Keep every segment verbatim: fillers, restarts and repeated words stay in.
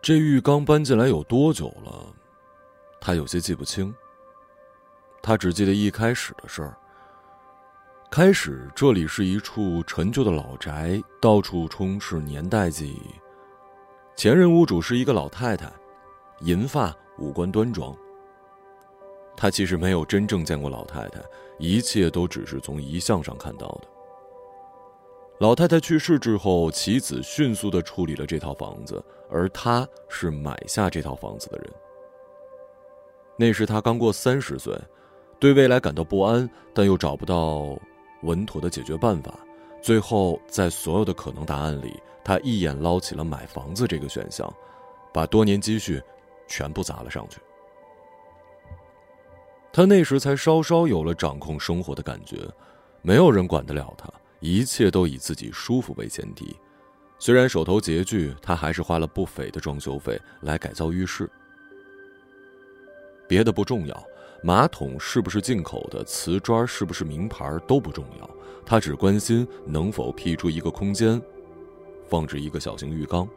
这浴缸搬进来有多久了？他有些记不清。他只记得一开始的事儿。开始这里是一处陈旧的老宅，到处充斥年代记忆。前任屋主是一个老太太，银发，五官端庄。他其实没有真正见过老太太，一切都只是从遗像上看到的。老太太去世之后，其子迅速地处理了这套房子，而他是买下这套房子的人。那时他刚过三十岁，对未来感到不安，但又找不到稳妥的解决办法。最后在所有的可能答案里，他一眼捞起了买房子这个选项，把多年积蓄全部砸了上去。他那时才稍稍有了掌控生活的感觉，没有人管得了他，一切都以自己舒服为前提。虽然手头拮据，他还是花了不菲的装修费来改造浴室。别的不重要，马桶是不是进口的，瓷砖是不是名牌都不重要，他只关心能否辟出一个空间，放置一个小型浴缸。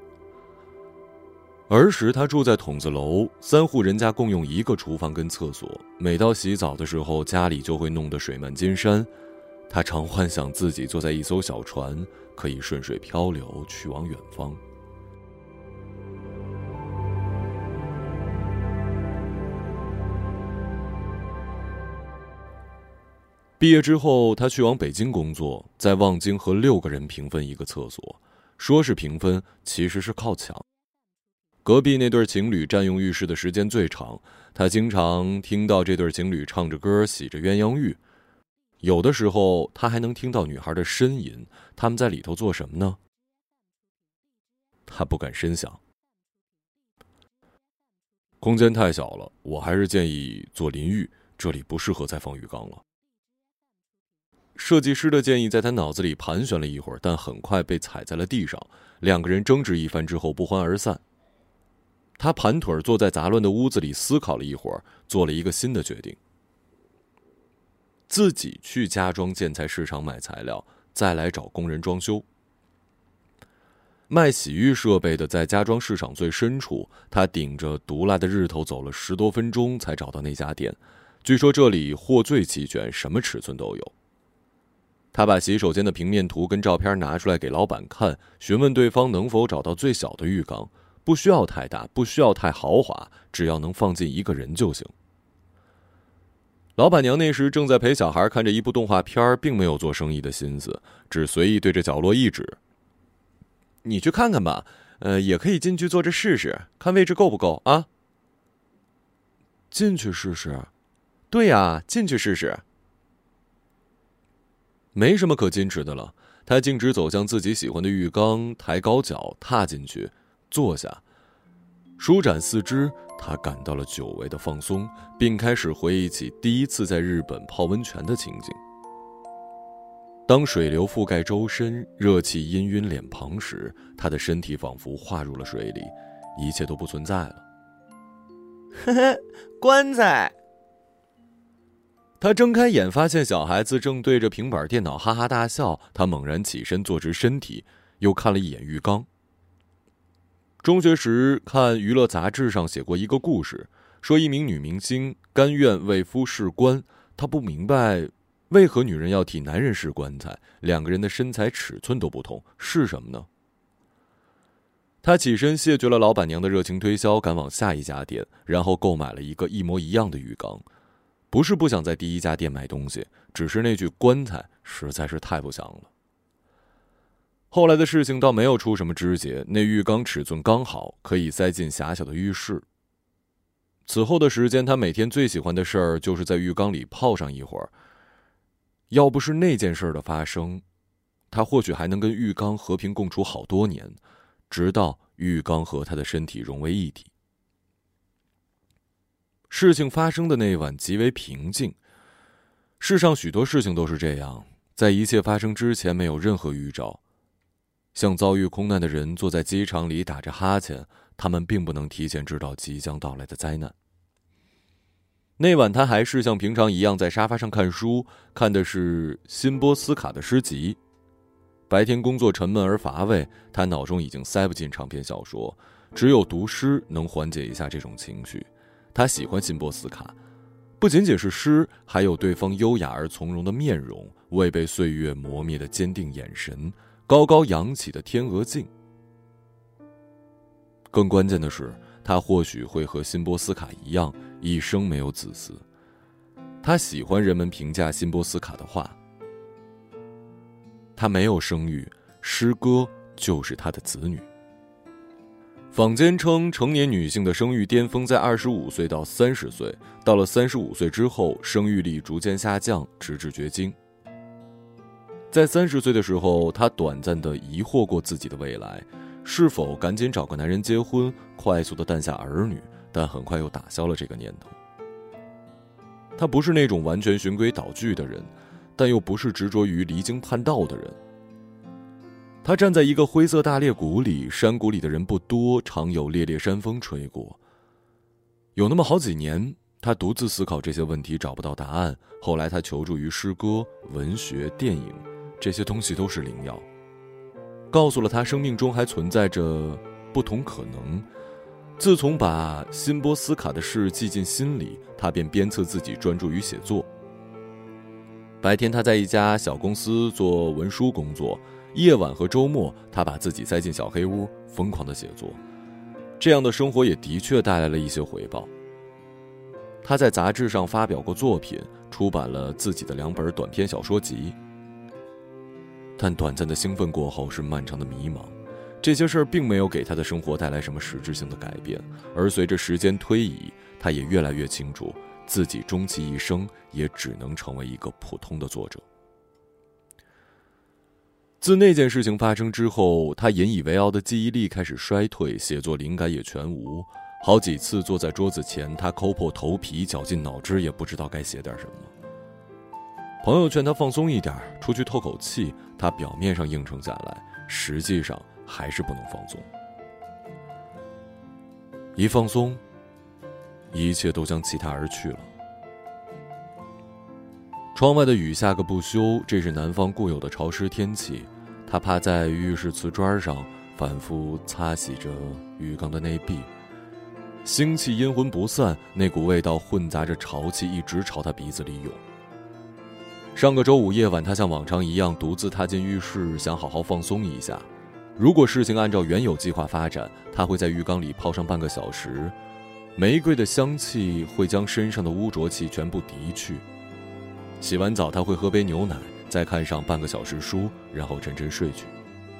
儿时他住在筒子楼，三户人家共用一个厨房跟厕所，每到洗澡的时候，家里就会弄得水漫金山。他常幻想自己坐在一艘小船，可以顺水漂流去往远方。毕业之后，他去往北京工作，在望京和六个人平分一个厕所，说是平分，其实是靠抢。隔壁那对情侣占用浴室的时间最长，他经常听到这对情侣唱着歌，洗着鸳鸯浴。有的时候，他还能听到女孩的呻吟，他们在里头做什么呢？他不敢深想。空间太小了，我还是建议做淋浴，这里不适合再放浴缸了。设计师的建议在他脑子里盘旋了一会儿，但很快被踩在了地上。两个人争执一番之后不欢而散。他盘腿坐在杂乱的屋子里思考了一会儿，做了一个新的决定。自己去家装建材市场买材料，再来找工人装修。卖洗浴设备的在家装市场最深处，他顶着毒辣的日头走了十多分钟才找到那家店。据说这里货最齐全，什么尺寸都有。他把洗手间的平面图跟照片拿出来给老板看，询问对方能否找到最小的浴缸，不需要太大，不需要太豪华，只要能放进一个人就行。老板娘那时正在陪小孩看着一部动画片，并没有做生意的心思，只随意对着角落一指：“你去看看吧，呃，也可以进去坐着试试，看位置够不够啊？”进去试试？对呀，进去试试。没什么可矜持的了，他径直走向自己喜欢的浴缸，抬高脚踏进去，坐下，舒展四肢。他感到了久违的放松，并开始回忆起第一次在日本泡温泉的情景。当水流覆盖周身，热气氤氲脸庞时，他的身体仿佛化入了水里，一切都不存在了。 呵呵，棺材。 他睁开眼，发现小孩子正对着平板电脑哈哈大笑。他猛然起身，坐直身体，又看了一眼浴缸。中学时看娱乐杂志上写过一个故事，说一名女明星甘愿为夫试棺，她不明白为何女人要替男人试棺材，两个人的身材尺寸都不同，是什么呢？他起身谢绝了老板娘的热情推销，赶往下一家店，然后购买了一个一模一样的浴缸。不是不想在第一家店买东西，只是那句棺材实在是太不祥了。后来的事情倒没有出什么枝节，那浴缸尺寸刚好，可以塞进狭小的浴室。此后的时间，他每天最喜欢的事儿就是在浴缸里泡上一会儿。要不是那件事的发生，他或许还能跟浴缸和平共处好多年，直到浴缸和他的身体融为一体。事情发生的那晚极为平静。世上许多事情都是这样，在一切发生之前没有任何预兆。像遭遇空难的人坐在机场里打着哈欠，他们并不能提前知道即将到来的灾难。那晚他还是像平常一样在沙发上看书，看的是辛波斯卡的诗集。白天工作沉闷而乏味，他脑中已经塞不进长篇小说， 只有读诗能缓解一下这种情绪。他喜欢辛波斯卡，不仅仅是诗，还有对方优雅而从容的面容，未被岁月磨灭的坚定眼神，高高扬起的天鹅颈。更关键的是，他或许会和辛波斯卡一样，一生没有子嗣。他喜欢人们评价辛波斯卡的话，他没有生育，诗歌就是他的子女。坊间称，成年女性的生育巅峰在二十五岁到三十岁，到了三十五岁之后，生育力逐渐下降，直至绝经。在三十岁的时候，她短暂地疑惑过自己的未来，是否赶紧找个男人结婚，快速地诞下儿女，但很快又打消了这个念头。她不是那种完全循规蹈矩的人，但又不是执着于离经叛道的人。他站在一个灰色大裂谷里，山谷里的人不多，常有烈烈山风吹过。有那么好几年，他独自思考这些问题，找不到答案。后来他求助于诗歌、文学、电影，这些东西都是灵药，告诉了他生命中还存在着不同可能。自从把辛波斯卡的事记进心里，他便鞭策自己专注于写作。白天他在一家小公司做文书工作，夜晚和周末，他把自己塞进小黑屋，疯狂地写作。这样的生活也的确带来了一些回报。他在杂志上发表过作品，出版了自己的两本短篇小说集。但短暂的兴奋过后是漫长的迷茫，这些事儿并没有给他的生活带来什么实质性的改变。而随着时间推移，他也越来越清楚，自己终其一生也只能成为一个普通的作者。自那件事情发生之后，他引以为傲的记忆力开始衰退，写作灵感也全无。好几次坐在桌子前，他抠破头皮，绞尽脑汁，也不知道该写点什么。朋友劝他放松一点，出去透口气，他表面上应承下来，实际上还是不能放松。一放松，一切都将弃他而去了。窗外的雨下个不休，这是南方固有的潮湿天气。他趴在浴室瓷砖上，反复擦洗着浴缸的内壁，腥气阴魂不散，那股味道混杂着潮气，一直朝他鼻子里涌。上个周五夜晚，他像往常一样独自踏进浴室，想好好放松一下。如果事情按照原有计划发展，他会在浴缸里泡上半个小时，玫瑰的香气会将身上的污浊气全部涤去。洗完澡，他会喝杯牛奶，再看上半个小时书，然后沉沉睡去。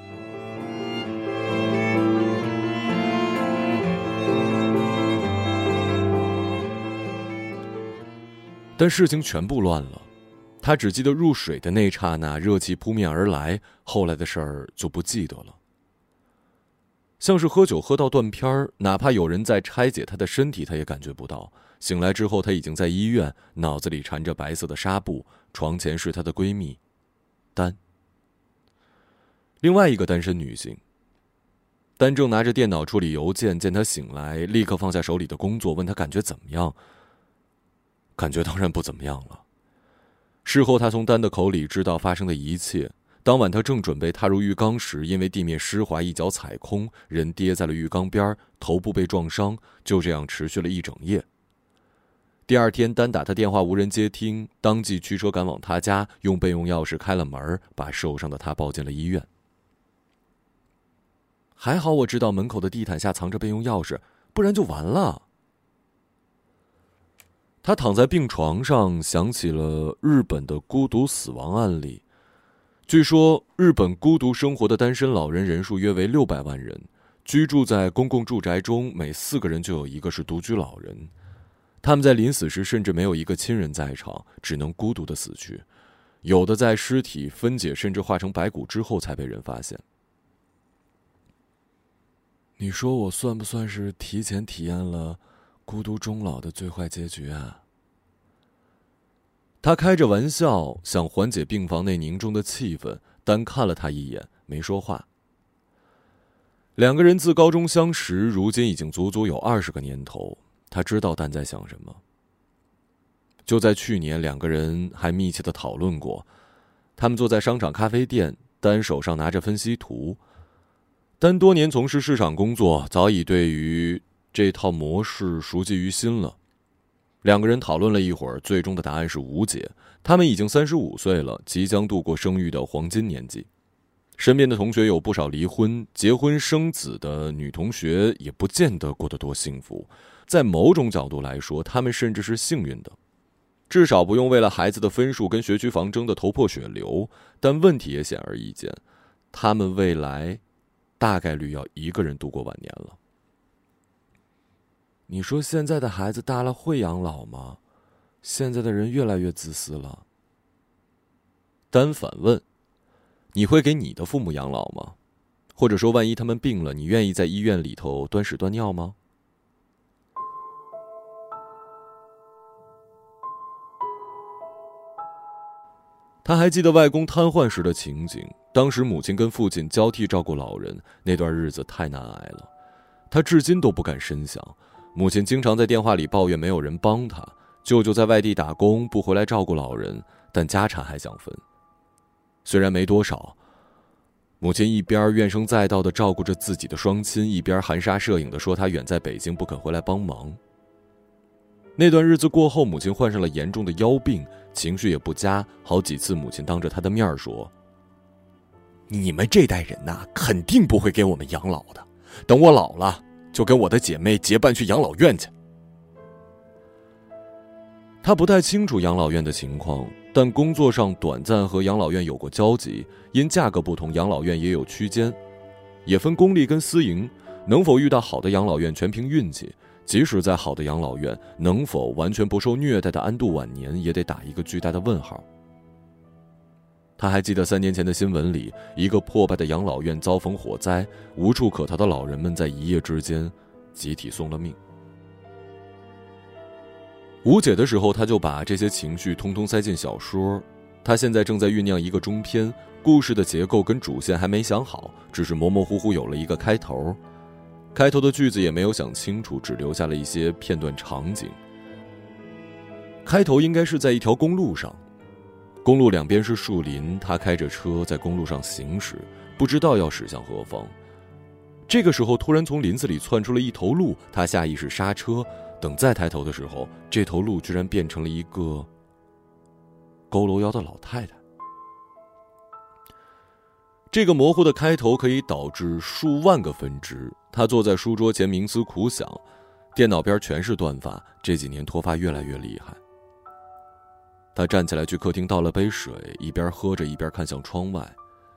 但事情全部乱了，他只记得入水的那刹那，热气扑面而来，后来的事儿就不记得了。像是喝酒喝到断片儿，哪怕有人在拆解他的身体，他也感觉不到。醒来之后，他已经在医院，脑子里缠着白色的纱布，床前是她的闺蜜丹。另外一个单身女性，丹正拿着电脑处理邮件，见他醒来，立刻放下手里的工作，问他感觉怎么样。感觉当然不怎么样了。事后他从丹的口里知道发生的一切。当晚他正准备踏入浴缸时，因为地面湿滑，一脚踩空，人跌在了浴缸边，头部被撞伤，就这样持续了一整夜。第二天，丹打他电话无人接听，当即驱车赶往他家，用备用钥匙开了门，把受伤的他抱进了医院。还好我知道门口的地毯下藏着备用钥匙，不然就完了。他躺在病床上，想起了日本的孤独死亡案例。据说日本孤独生活的单身老人人数约为六百万人，居住在公共住宅中，每四个人就有一个是独居老人。他们在临死时甚至没有一个亲人在场，只能孤独地死去。有的在尸体分解甚至化成白骨之后才被人发现。你说我算不算是提前体验了孤独终老的最坏结局啊？他开着玩笑，想缓解病房内凝重的气氛，丹看了他一眼，没说话。两个人自高中相识，如今已经足足有二十个年头。他知道丹在想什么。就在去年，两个人还密切地讨论过。他们坐在商场咖啡店，丹手上拿着分析图。 但多年从事市场工作，早已对于这套模式熟记于心了。两个人讨论了一会儿，最终的答案是无解。他们已经三十五岁了，即将度过生育的黄金年纪。身边的同学有不少离婚、结婚生子的女同学，也不见得过得多幸福。在某种角度来说，他们甚至是幸运的，至少不用为了孩子的分数跟学区房争得头破血流。但问题也显而易见，他们未来大概率要一个人度过晚年了。你说现在的孩子大了会养老吗？现在的人越来越自私了。丹反问，你会给你的父母养老吗？或者说万一他们病了，你愿意在医院里头端屎端尿吗？他还记得外公瘫痪时的情景，当时母亲跟父亲交替照顾老人，那段日子太难挨了。他至今都不敢深想，母亲经常在电话里抱怨没有人帮他，舅舅在外地打工不回来照顾老人，但家产还想分。虽然没多少，母亲一边怨声载道地照顾着自己的双亲，一边含沙射影地说他远在北京不肯回来帮忙。那段日子过后，母亲患上了严重的腰病，情绪也不佳，好几次母亲当着她的面说，你们这代人呐，肯定不会给我们养老的，等我老了就跟我的姐妹结伴去养老院去。她不太清楚养老院的情况，但工作上短暂和养老院有过交集，因价格不同，养老院也有区间，也分公立跟私营，能否遇到好的养老院全凭运气，即使在好的养老院，能否完全不受虐待的安度晚年，也得打一个巨大的问号。他还记得三年前的新闻里，一个破败的养老院遭逢火灾，无处可逃的老人们在一夜之间集体送了命。无解的时候，他就把这些情绪通通塞进小说。他现在正在酝酿一个中篇，故事的结构跟主线还没想好，只是模模糊糊有了一个开头。开头的句子也没有想清楚，只留下了一些片段场景。开头应该是在一条公路上，公路两边是树林，他开着车在公路上行驶，不知道要驶向何方。这个时候突然从林子里窜出了一头鹿，他下意识刹车，等再抬头的时候，这头鹿居然变成了一个佝偻腰的老太太。这个模糊的开头可以导致数万个分支。他坐在书桌前冥思苦想，电脑边全是断发，这几年脱发越来越厉害。他站起来去客厅倒了杯水，一边喝着一边看向窗外。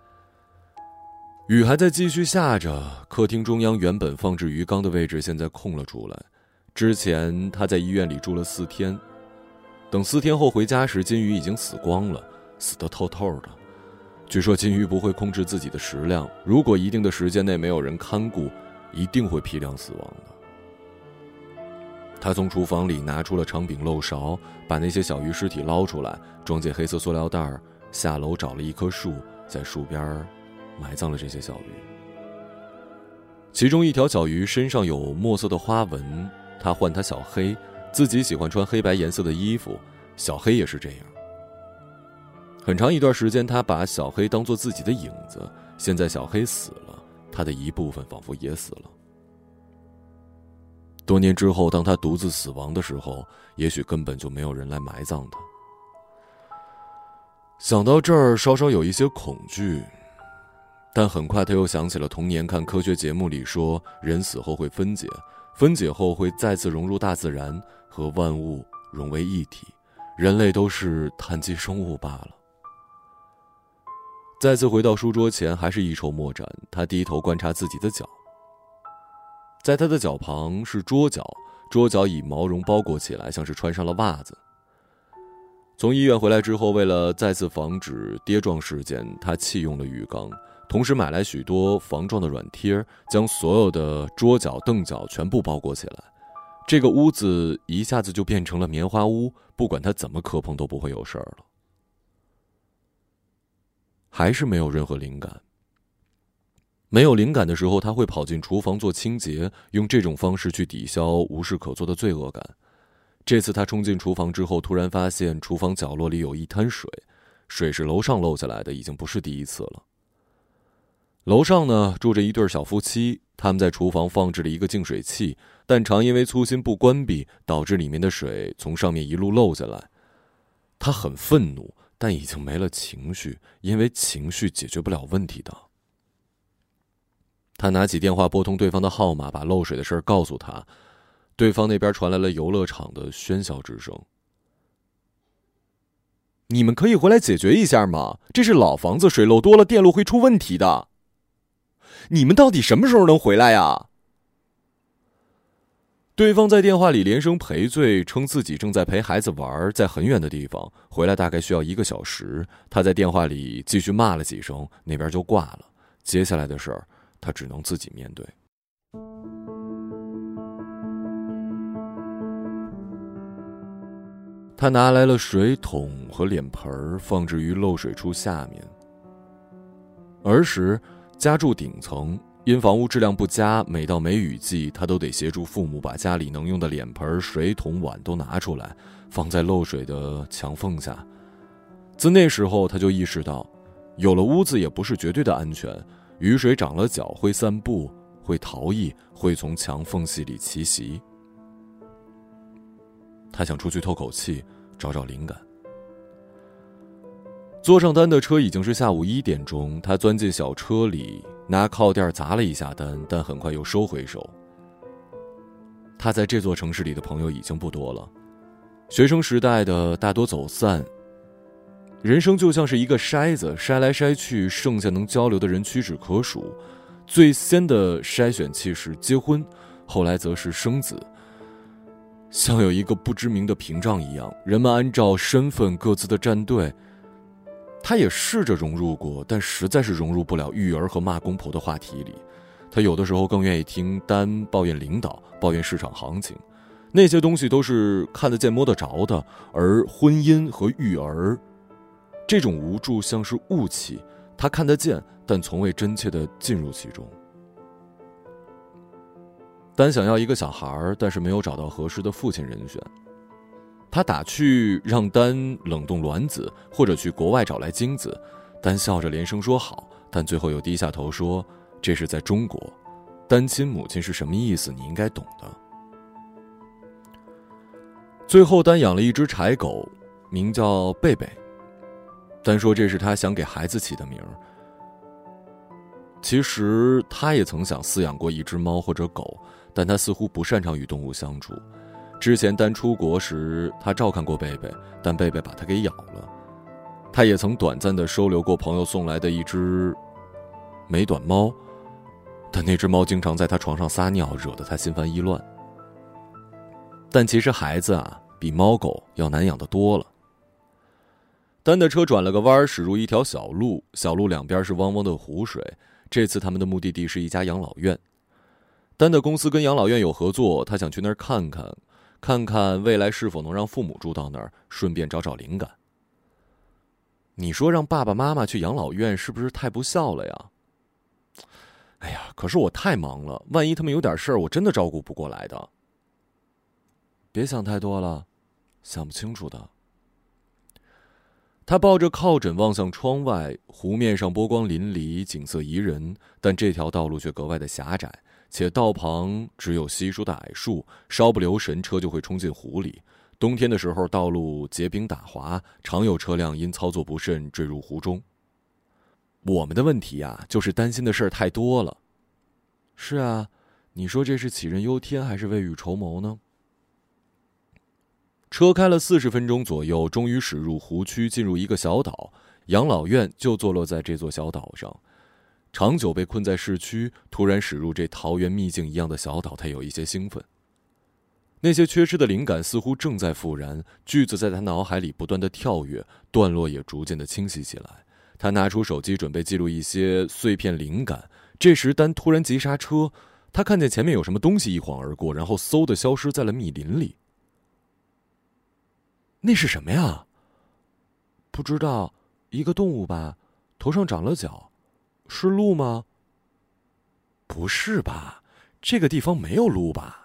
雨还在继续下着，客厅中央原本放置鱼缸的位置现在空了出来。之前他在医院里住了四天，等四天后回家时，金鱼已经死光了，死得透透的。据说金鱼不会控制自己的食量，如果一定的时间内没有人看顾，一定会批量死亡的。他从厨房里拿出了长柄漏勺，把那些小鱼尸体捞出来，装进黑色塑料袋，下楼找了一棵树，在树边埋葬了这些小鱼。其中一条小鱼身上有墨色的花纹，他唤它小黑，自己喜欢穿黑白颜色的衣服，小黑也是这样。很长一段时间，他把小黑当作自己的影子，现在小黑死了，他的一部分仿佛也死了。多年之后，当他独自死亡的时候，也许根本就没有人来埋葬他。想到这儿，稍稍有一些恐惧，但很快他又想起了童年看科学节目里说，人死后会分解，分解后会再次融入大自然，和万物融为一体，人类都是碳基生物罢了。再次回到书桌前，还是一筹莫展。他低头观察自己的脚，在他的脚旁是桌角，桌角以毛绒包裹起来，像是穿上了袜子。从医院回来之后，为了再次防止跌撞事件，他弃用了浴缸，同时买来许多防撞的软贴，将所有的桌角凳角全部包裹起来。这个屋子一下子就变成了棉花屋，不管他怎么磕碰都不会有事儿了。还是没有任何灵感。没有灵感的时候，他会跑进厨房做清洁，用这种方式去抵消无事可做的罪恶感。这次他冲进厨房之后，突然发现厨房角落里有一滩水，水是楼上漏下来的，已经不是第一次了。 楼上呢住着一对小夫妻，他们在厨房放置了一个净水器，但常因为粗心不关闭，导致里面的水从上面一路漏下来。他很愤怒，但已经没了情绪，因为情绪解决不了问题的。他拿起电话拨通对方的号码，把漏水的事告诉他。对方那边传来了游乐场的喧嚣之声。你们可以回来解决一下吗？这是老房子，水漏多了，电路会出问题的。你们到底什么时候能回来呀？对方在电话里连声赔罪，称自己正在陪孩子玩，在很远的地方，回来大概需要一个小时。他在电话里继续骂了几声，那边就挂了。接下来的事儿，他只能自己面对。他拿来了水桶和脸盆，放置于漏水处下面。儿时家住顶层，因房屋质量不佳，每到梅雨季，他都得协助父母把家里能用的脸盆、水桶、碗都拿出来，放在漏水的墙缝下。自那时候，他就意识到，有了屋子也不是绝对的安全，雨水长了脚会散步，会逃逸，会从墙缝隙里奇袭。他想出去透口气，找找灵感。坐上丹的车已经是下午一点钟，他钻进小车里，拿靠垫砸了一下丹，但很快又收回手。他在这座城市里的朋友已经不多了，学生时代的大多走散。人生就像是一个筛子，筛来筛去，剩下能交流的人屈指可数。最先的筛选器是结婚，后来则是生子。像有一个不知名的屏障一样，人们按照身份各自的站队。他也试着融入过，但实在是融入不了育儿和骂公婆的话题里。他有的时候更愿意听丹抱怨领导，抱怨市场行情，那些东西都是看得见摸得着的。而婚姻和育儿这种无助像是雾气，他看得见，但从未真切地进入其中。丹想要一个小孩，但是没有找到合适的父亲人选。他打趣让丹冷冻卵子，或者去国外找来精子。丹笑着连声说好，但最后又低下头说，这是在中国，单亲母亲是什么意思，你应该懂的。最后丹养了一只柴狗，名叫贝贝。丹说这是他想给孩子起的名。其实他也曾想饲养过一只猫或者狗，但他似乎不擅长与动物相处。之前丹出国时，他照看过贝贝，但贝贝把他给咬了。他也曾短暂地收留过朋友送来的一只美短猫，但那只猫经常在他床上撒尿，惹得他心烦意乱。但其实孩子啊，比猫狗要难养得多了。丹的车转了个弯，驶入一条小路，小路两边是汪汪的湖水。这次他们的目的地是一家养老院。丹的公司跟养老院有合作，他想去那儿看看，看看未来是否能让父母住到那儿，顺便找找灵感。你说让爸爸妈妈去养老院是不是太不孝了呀？哎呀，可是我太忙了，万一他们有点事儿，我真的照顾不过来的。别想太多了，想不清楚的。他抱着靠枕望向窗外，湖面上波光粼粼，景色宜人，但这条道路却格外的狭窄，且道旁只有稀疏的矮树，稍不留神车就会冲进湖里。冬天的时候，道路结冰打滑，常有车辆因操作不慎坠入湖中。我们的问题啊，就是担心的事儿太多了。是啊，你说这是杞人忧天还是未雨绸缪呢？车开了四十分钟左右，终于驶入湖区，进入一个小岛。养老院就坐落在这座小岛上。长久被困在市区，突然驶入这桃源秘境一样的小岛，他有一些兴奋。那些缺失的灵感似乎正在复燃，句子在他脑海里不断的跳跃，段落也逐渐的清晰起来。他拿出手机准备记录一些碎片灵感，这时丹突然急刹车，他看见前面有什么东西一晃而过，然后嗖地消失在了密林里。那是什么呀？不知道，一个动物吧，头上长了角。是鹿吗？不是吧，这个地方没有鹿吧？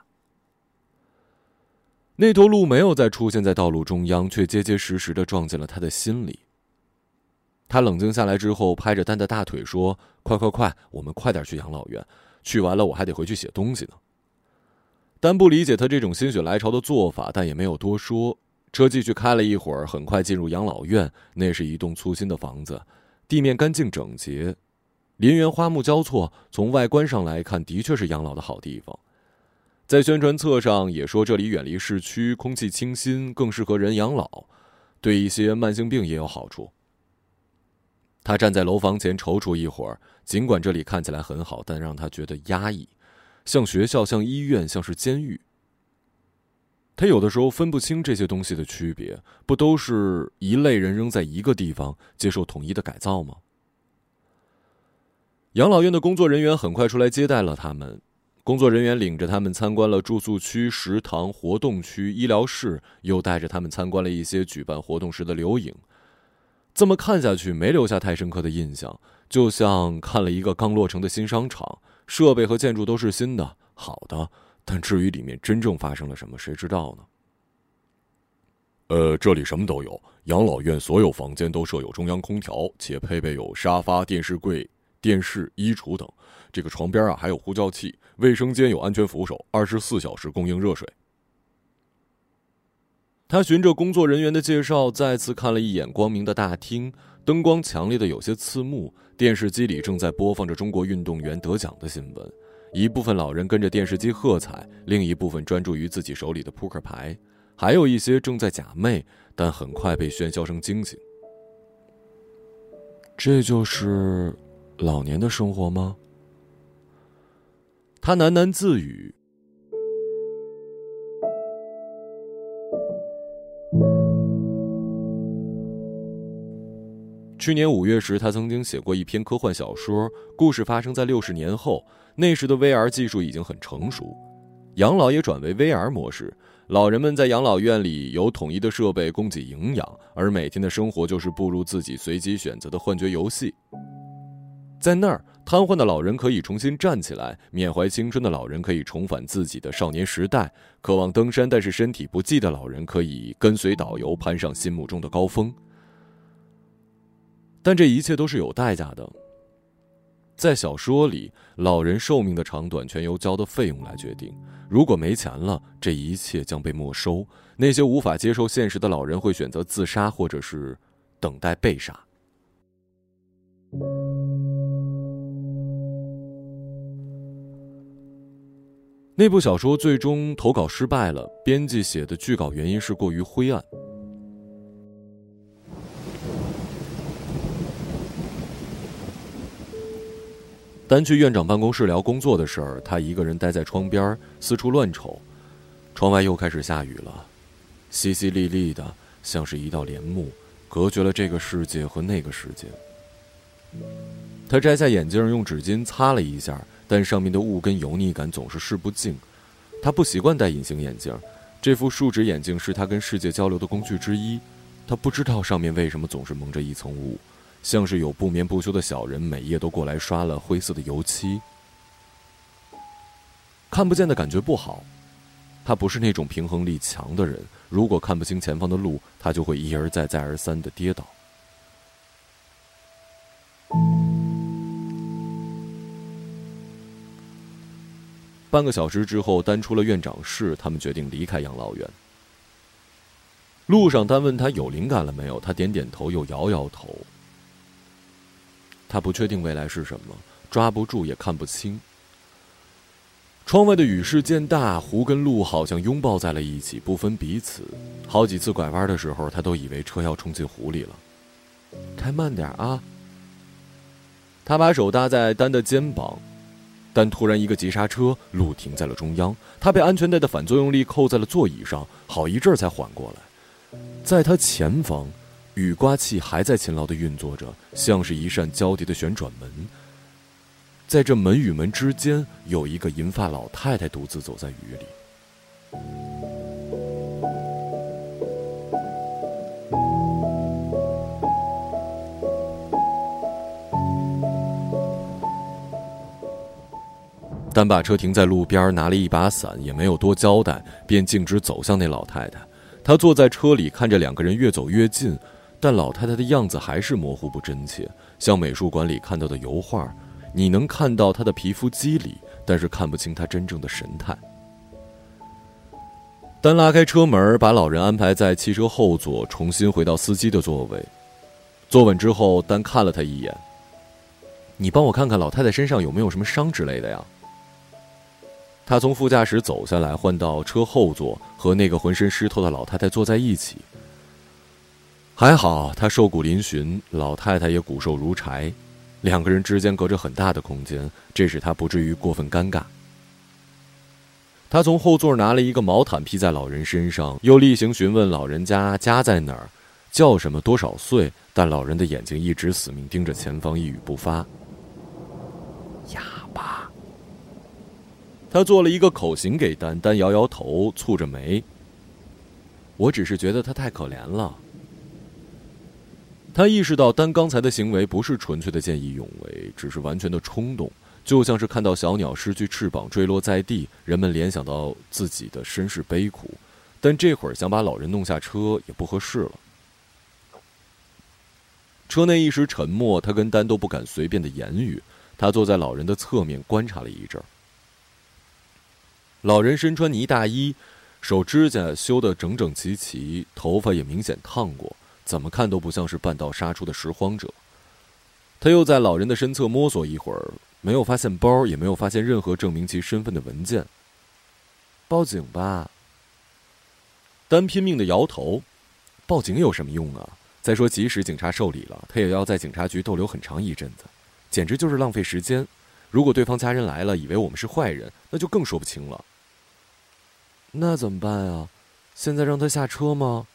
那头鹿没有再出现在道路中央，却结结实实地撞进了他的心里。 他冷静下来之后，拍着丹的大腿说：“快快快，我们快点去养老院，去完了我还得回去写东西呢。”丹不理解他这种心血来潮的做法，但也没有多说。车继续开了一会儿，很快进入养老院。那是一栋粗新的房子，地面干净整洁，林园花木交错，从外观上来看，的确是养老的好地方。在宣传册上也说这里远离市区，空气清新，更适合人养老，对一些慢性病也有好处。他站在楼房前踌躇一会儿，尽管这里看起来很好，但让他觉得压抑，像学校，像医院，像是监狱。他有的时候分不清这些东西的区别，不都是一类人扔在一个地方，接受统一的改造吗？养老院的工作人员很快出来接待了他们。工作人员领着他们参观了住宿区、食堂、活动区、医疗室，又带着他们参观了一些举办活动时的留影。这么看下去，没留下太深刻的印象，就像看了一个刚落成的新商场，设备和建筑都是新的、好的，但至于里面真正发生了什么，谁知道呢？呃，这里什么都有，养老院所有房间都设有中央空调，且配备有沙发、电视柜、电视、衣橱等。这个床边啊还有呼叫器，卫生间有安全扶手，二十四小时供应热水。他循着工作人员的介绍，再次看了一眼光明的大厅，灯光强烈的有些刺目。电视机里正在播放着中国运动员得奖的新闻，一部分老人跟着电视机喝彩，另一部分专注于自己手里的扑克牌，还有一些正在假寐，但很快被喧嚣声惊醒。这就是老年的生活吗？他喃喃自语。去年五月时，他曾经写过一篇科幻小说，故事发生在六十年后，那时的 V R 技术已经很成熟，养老也转为 V R 模式，老人们在养老院里有统一的设备供给营养，而每天的生活就是步入自己随机选择的幻觉游戏。在那儿，瘫痪的老人可以重新站起来，缅怀青春的老人可以重返自己的少年时代，渴望登山但是身体不济的老人可以跟随导游攀上心目中的高峰。但这一切都是有代价的。在小说里，老人寿命的长短全由交的费用来决定，如果没钱了，这一切将被没收。那些无法接受现实的老人会选择自杀，或者是等待被杀。那部小说最终投稿失败了，编辑写的剧稿原因是过于灰暗。单去院长办公室聊工作的事儿，他一个人待在窗边四处乱瞅。窗外又开始下雨了，淅淅沥沥的，像是一道帘幕，隔绝了这个世界和那个世界。他摘下眼镜，用纸巾擦了一下，但上面的雾跟油腻感总是视不尽。他不习惯戴隐形眼镜，这副树脂眼镜是他跟世界交流的工具之一。他不知道上面为什么总是蒙着一层雾，像是有不眠不休的小人每夜都过来刷了灰色的油漆。看不见的感觉不好，他不是那种平衡力强的人，如果看不清前方的路，他就会一而再再而三的跌倒。半个小时之后，丹出了院长室，他们决定离开养老院。路上，丹问他有灵感了没有，他点点头，又摇摇头。他不确定未来是什么，抓不住也看不清。窗外的雨势渐大，湖跟路好像拥抱在了一起，不分彼此。好几次拐弯的时候，他都以为车要冲进湖里了。开慢点啊！他把手搭在丹的肩膀，但突然一个急刹车，路停在了中央。他被安全带的反作用力扣在了座椅上，好一阵儿才缓过来。在他前方，雨刮器还在勤劳地运作着，像是一扇交叠的旋转门。在这门与门之间，有一个银发老太太独自走在雨里。丹把车停在路边，拿了一把伞，也没有多交代，便径直走向那老太太。他坐在车里，看着两个人越走越近， 但老太太的样子还是模糊不真切，像美术馆里看到的油画，你能看到她的皮肤肌理，但是看不清她真正的神态。丹拉开车门，把老人安排在汽车后座，重新回到司机的座位。坐稳之后，丹看了他一眼：“你帮我看看老太太身上有没有什么伤之类的呀？”他从副驾驶走下来，换到车后座，和那个浑身湿透的老太太坐在一起。还好他瘦骨嶙峋，老太太也骨瘦如柴，两个人之间隔着很大的空间，这使他不至于过分尴尬。他从后座拿了一个毛毯披在老人身上，又例行询问老人家家在哪儿，叫什么，多少岁，但老人的眼睛一直死命盯着前方，一语不发。哑巴。他做了一个口型给丹，丹摇摇头，蹙着眉。我只是觉得他太可怜了。他意识到丹刚才的行为不是纯粹的见义勇为，只是完全的冲动，就像是看到小鸟失去翅膀坠落在地，人们联想到自己的身世悲苦，但这会儿想把老人弄下车也不合适了。车内一时沉默，他跟丹都不敢随便的言语。他坐在老人的侧面观察了一阵儿。老人身穿呢大衣，手指甲修得整整齐齐，头发也明显烫过，怎么看都不像是半道杀出的拾荒者。他又在老人的身侧摸索一会儿，没有发现包，也没有发现任何证明其身份的文件。报警吧。丹拼命地摇头。报警有什么用啊？再说即使警察受理了，他也要在警察局逗留很长一阵子，简直就是浪费时间。如果对方家人来了，以为我们是坏人，那就更说不清了。那怎么办啊？现在让他下车吗？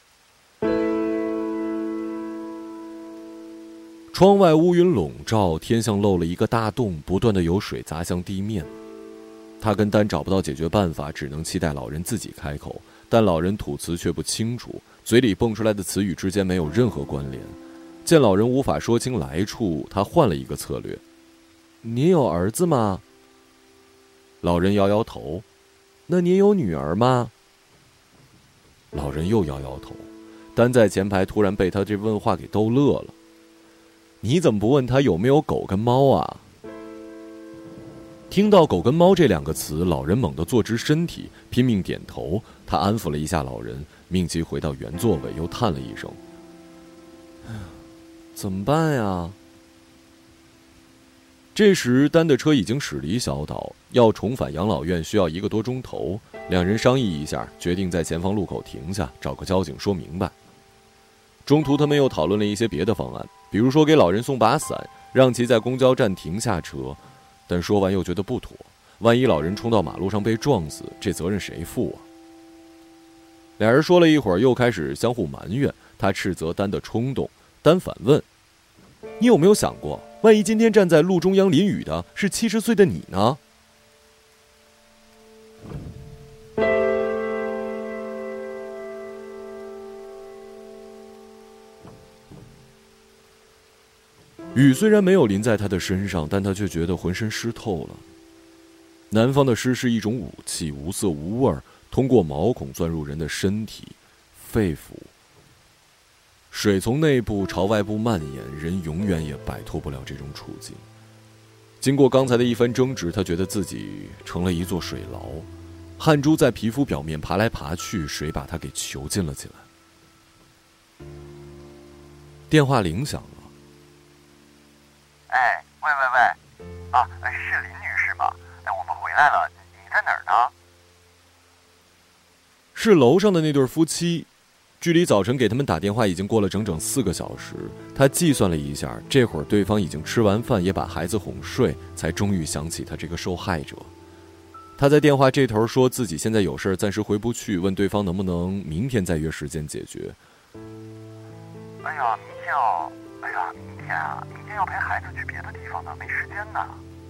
窗外乌云笼罩，天像漏了一个大洞，不断的有水砸向地面。他跟丹找不到解决办法，只能期待老人自己开口，但老人吐词却不清楚，嘴里蹦出来的词语之间没有任何关联。见老人无法说清来处，他换了一个策略：“你有儿子吗？”老人摇摇头。“那你有女儿吗？”老人又摇摇头。丹在前排突然被他这问话给逗乐了。“你怎么不问他有没有狗跟猫啊？”听到狗跟猫这两个词，老人猛地坐直身体，拼命点头。他安抚了一下老人，命其回到原座位，又叹了一声：“怎么办呀？”这时丹的车已经驶离小岛，要重返养老院需要一个多钟头。两人商议一下，决定在前方路口停下，找个交警说明白。中途他们又讨论了一些别的方案，比如说给老人送把伞，让其在公交站停下车，但说完又觉得不妥，万一老人冲到马路上被撞死，这责任谁负啊？俩人说了一会儿，又开始相互埋怨。他斥责丹的冲动，丹反问：“你有没有想过，万一今天站在路中央淋雨的是七十岁的你呢？”雨虽然没有淋在他的身上，但他却觉得浑身湿透了。南方的湿是一种武器，无色无味，通过毛孔钻入人的身体、肺腑。水从内部朝外部蔓延，人永远也摆脱不了这种处境。经过刚才的一番争执，他觉得自己成了一座水牢，汗珠在皮肤表面爬来爬去，水把他给囚禁了起来。电话铃响了。 哎，喂喂喂，啊，是林女士吗？哎，我们回来了，你在哪儿呢？ 是楼上的那对夫妻，距离早晨给他们打电话已经过了整整四个小时。他计算了一下，这会儿对方已经吃完饭，也把孩子哄睡，才终于想起他这个受害者。他在电话这头说自己现在有事暂时回不去，问对方能不能明天再约时间解决。 哎呀，明天哦，哎呀，明天啊，明天要陪孩子去别的地方呢，没时间呢。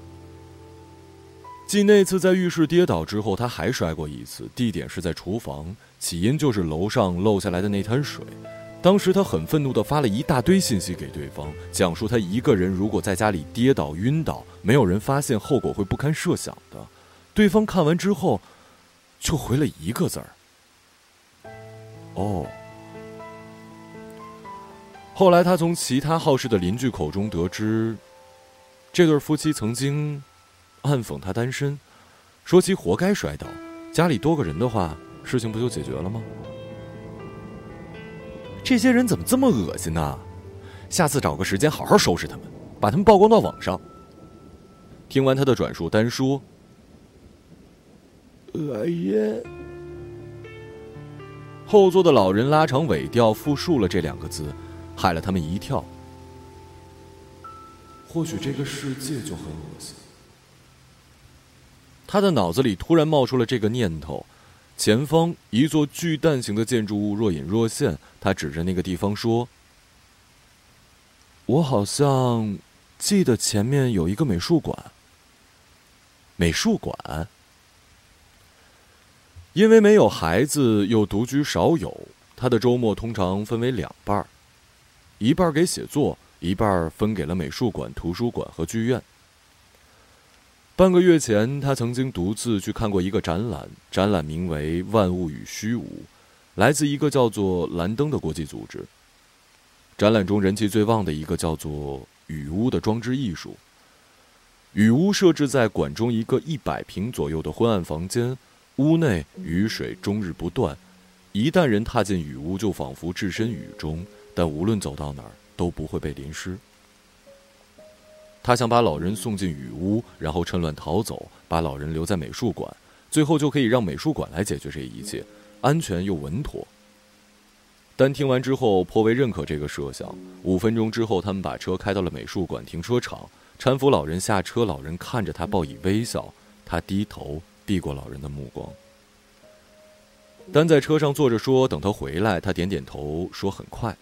继那次在浴室跌倒之后，他还摔过一次，地点是在厨房，起因就是楼上漏下来的那滩水。当时他很愤怒地发了一大堆信息给对方，讲述他一个人如果在家里跌倒晕倒，没有人发现，后果会不堪设想的。对方看完之后就回了一个字儿：哦。 后来他从其他好事的邻居口中得知，这对夫妻曾经暗讽他单身，说其活该摔倒，家里多个人的话，事情不就解决了吗？这些人怎么这么恶心呢？下次找个时间好好收拾他们，把他们曝光到网上。听完他的转述，单说： 恶心。 后座的老人拉长尾调复述了这两个字，害了他们一跳。或许这个世界就很恶心。他的脑子里突然冒出了这个念头，前方一座巨蛋形的建筑物若隐若现，他指着那个地方说：我好像记得前面有一个美术馆。美术馆？因为没有孩子又独居少有，他的周末通常分为两半，一半给写作，一半分给了美术馆、图书馆和剧院。半个月前，他曾经独自去看过一个展览，展览名为《万物与虚无》，来自一个叫做蓝灯的国际组织。展览中人气最旺的一个叫做雨屋的装置艺术。雨屋设置在馆中一个一百平左右的昏暗房间，屋内雨水终日不断，一旦人踏进雨屋，就仿佛置身雨中，但无论走到哪儿都不会被淋湿。他想把老人送进雨屋，然后趁乱逃走，把老人留在美术馆，最后就可以让美术馆来解决这一切，安全又稳妥。但听完之后颇为认可这个设想。五分钟之后，他们把车开到了美术馆停车场，搀扶老人下车，老人看着他报以微笑，他低头避过老人的目光。丹在车上坐着说等他回来，他点点头说很快。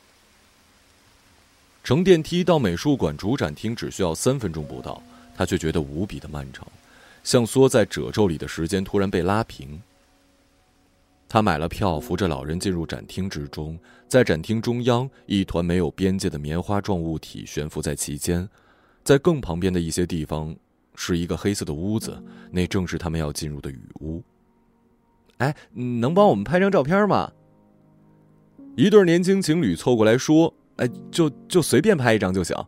乘电梯到美术馆主展厅只需要三分钟不到，他却觉得无比的漫长，像缩在褶皱里的时间突然被拉平。他买了票，扶着老人进入展厅之中，在展厅中央，一团没有边界的棉花状物体悬浮在其间，在更旁边的一些地方是一个黑色的屋子，那正是他们要进入的雨屋。 哎，能帮我们拍张照片吗？ 一对年轻情侣凑过来说： 哎，就就随便拍一张就行。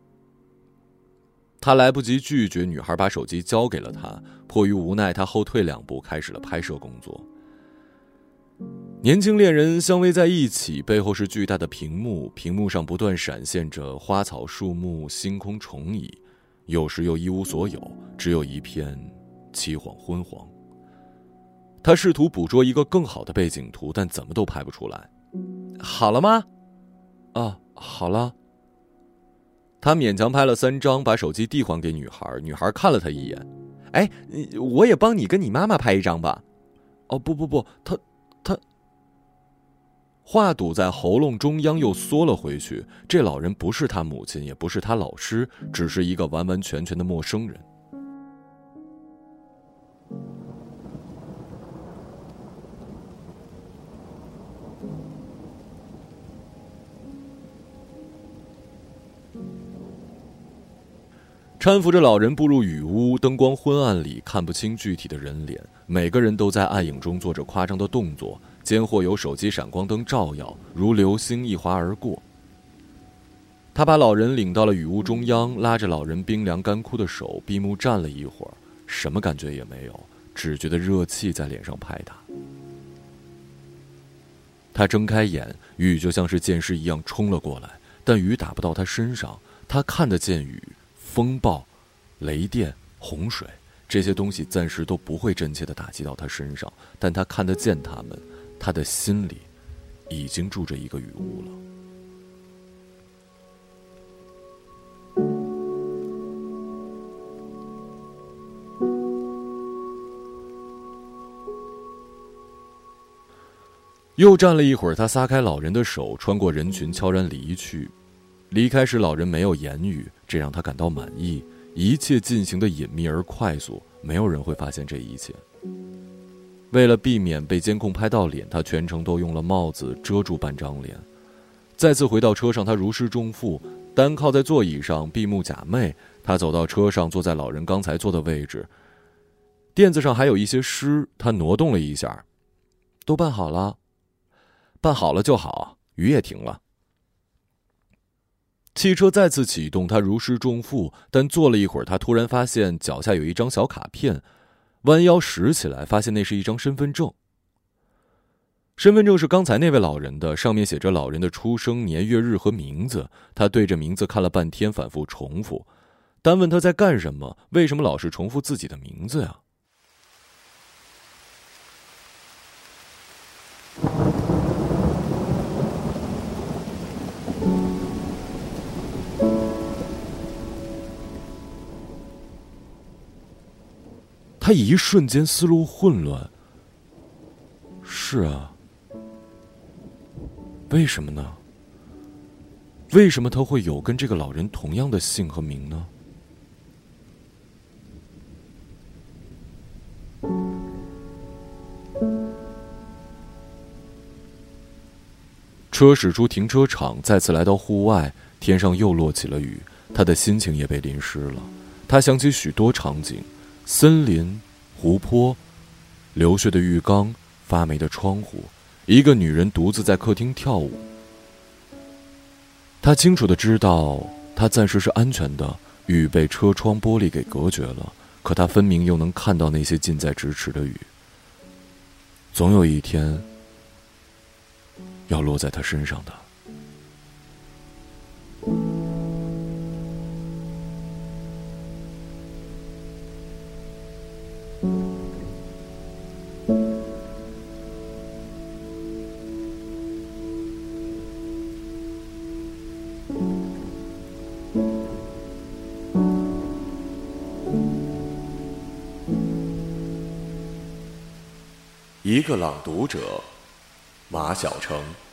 他来不及拒绝，女孩把手机交给了他，迫于无奈，他后退两步，开始了拍摄工作。年轻恋人相偎在一起，背后是巨大的屏幕，屏幕上不断闪现着花草树木、星空虫蚁，有时又一无所有，只有一片凄惶昏黄。他试图捕捉一个更好的背景图，但怎么都拍不出来。 好了吗？ 啊，好了。他勉强拍了三张，把手机递还给女孩，女孩看了他一眼。 哎，我也帮你跟你妈妈拍一张吧。 哦，不不不，他他话堵在喉咙中央又缩了回去。这老人不是他母亲，也不是他老师，只是一个完完全全的陌生人。搀扶着老人步入雨屋，灯光昏暗里看不清具体的人脸，每个人都在暗影中做着夸张的动作，间或有手机闪光灯照耀，如流星一划而过。他把老人领到了雨屋中央，拉着老人冰凉干枯的手，闭目站了一会儿，什么感觉也没有，只觉得热气在脸上拍打。他睁开眼，雨就像是箭矢一样冲了过来，但雨打不到他身上，他看得见雨、风暴、雷电、洪水，这些东西暂时都不会真切地打击到他身上，但他看得见他们，他的心里已经住着一个雨屋了。又站了一会儿，他撒开老人的手，穿过人群悄然离去。离开时，老人没有言语，这让他感到满意。一切进行的隐秘而快速，没有人会发现这一切。为了避免被监控拍到脸，他全程都用了帽子遮住半张脸。再次回到车上，他如释重负，单靠在座椅上闭目假寐。他走到车上，坐在老人刚才坐的位置，垫子上还有一些湿，他挪动了一下。都办好了？办好了就好，雨也停了。 汽车再次启动，他如释重负，但坐了一会儿，他突然发现脚下有一张小卡片，弯腰拾起来，发现那是一张身份证。身份证是刚才那位老人的，上面写着老人的出生年月日和名字。他对着名字看了半天，反复重复。丹问他在干什么，为什么老是重复自己的名字呀？他一瞬间思路混乱。是啊，为什么呢？为什么他会有跟这个老人同样的姓和名呢？车驶出停车场，再次来到户外，天上又落起了雨，他的心情也被淋湿了。他想起许多场景，森林、湖泊、流血的浴缸、发霉的窗户，一个女人独自在客厅跳舞。他清楚地知道，他暂时是安全的，雨被车窗玻璃给隔绝了，可他分明又能看到那些近在咫尺的雨。总有一天要落在他身上的。一个朗读者，马晓成。